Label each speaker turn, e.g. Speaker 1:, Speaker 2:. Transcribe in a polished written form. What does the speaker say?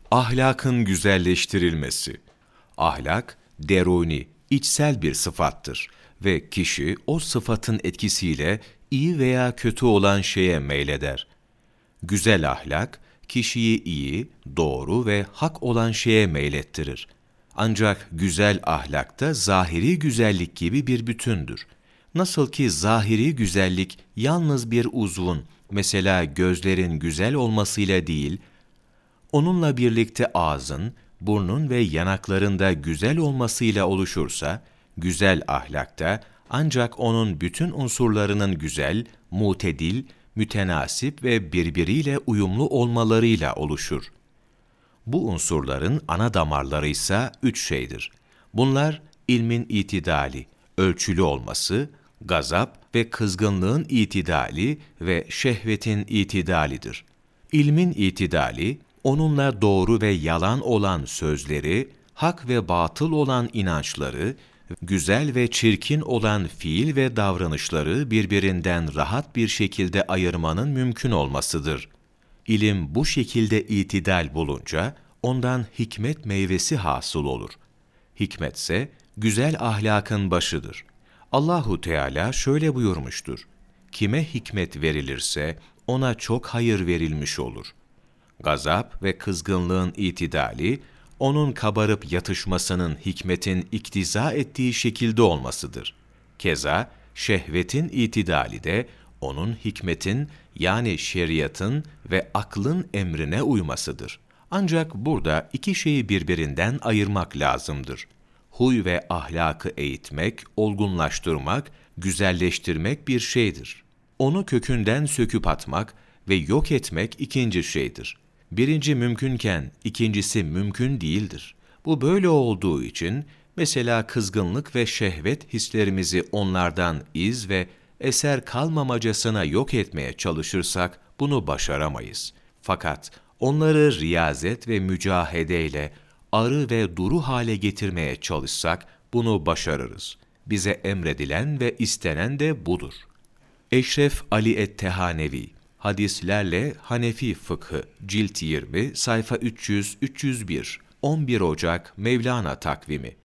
Speaker 1: Ahlakın güzelleştirilmesi. Ahlak, deruni, içsel bir sıfattır ve kişi o sıfatın etkisiyle iyi veya kötü olan şeye meyleder. Güzel ahlak, kişiyi iyi, doğru ve hak olan şeye meylettirir. Ancak güzel ahlak da zahiri güzellik gibi bir bütündür. Nasıl ki zahiri güzellik yalnız bir uzvun, mesela gözlerin güzel olmasıyla değil, onunla birlikte ağzın, burnun ve yanaklarında güzel olmasıyla oluşursa, güzel ahlak da ancak onun bütün unsurlarının güzel, mutedil, mütenasip ve birbiriyle uyumlu olmalarıyla oluşur. Bu unsurların ana damarları ise üç şeydir. Bunlar ilmin itidali, ölçülü olması, gazap ve kızgınlığın itidali ve şehvetin itidalidir. İlmin itidali, onunla doğru ve yalan olan sözleri, hak ve batıl olan inançları, güzel ve çirkin olan fiil ve davranışları birbirinden rahat bir şekilde ayırmanın mümkün olmasıdır. İlim bu şekilde itidal bulunca, ondan hikmet meyvesi hasıl olur. Hikmetse, güzel ahlakın başıdır. Allahu Teala şöyle buyurmuştur: Kime hikmet verilirse, ona çok hayır verilmiş olur. Gazap ve kızgınlığın itidali, onun kabarıp yatışmasının hikmetin iktiza ettiği şekilde olmasıdır. Keza, şehvetin itidali de, onun hikmetin yani şeriatın ve aklın emrine uymasıdır. Ancak burada iki şeyi birbirinden ayırmak lazımdır. Huy ve ahlakı eğitmek, olgunlaştırmak, güzelleştirmek bir şeydir. Onu kökünden söküp atmak ve yok etmek ikinci şeydir. Birinci mümkünken ikincisi mümkün değildir. Bu böyle olduğu için mesela kızgınlık ve şehvet hislerimizi onlardan iz ve eser kalmamacasına yok etmeye çalışırsak bunu başaramayız. Fakat onları riyazet ve mücahedeyle arı ve duru hale getirmeye çalışsak bunu başarırız. Bize emredilen ve istenen de budur. Eşref Ali et-Tehanevi, Hadislerle Hanefi Fıkhı, Cilt 20, sayfa 300-301, 11 Ocak Mevlana takvimi.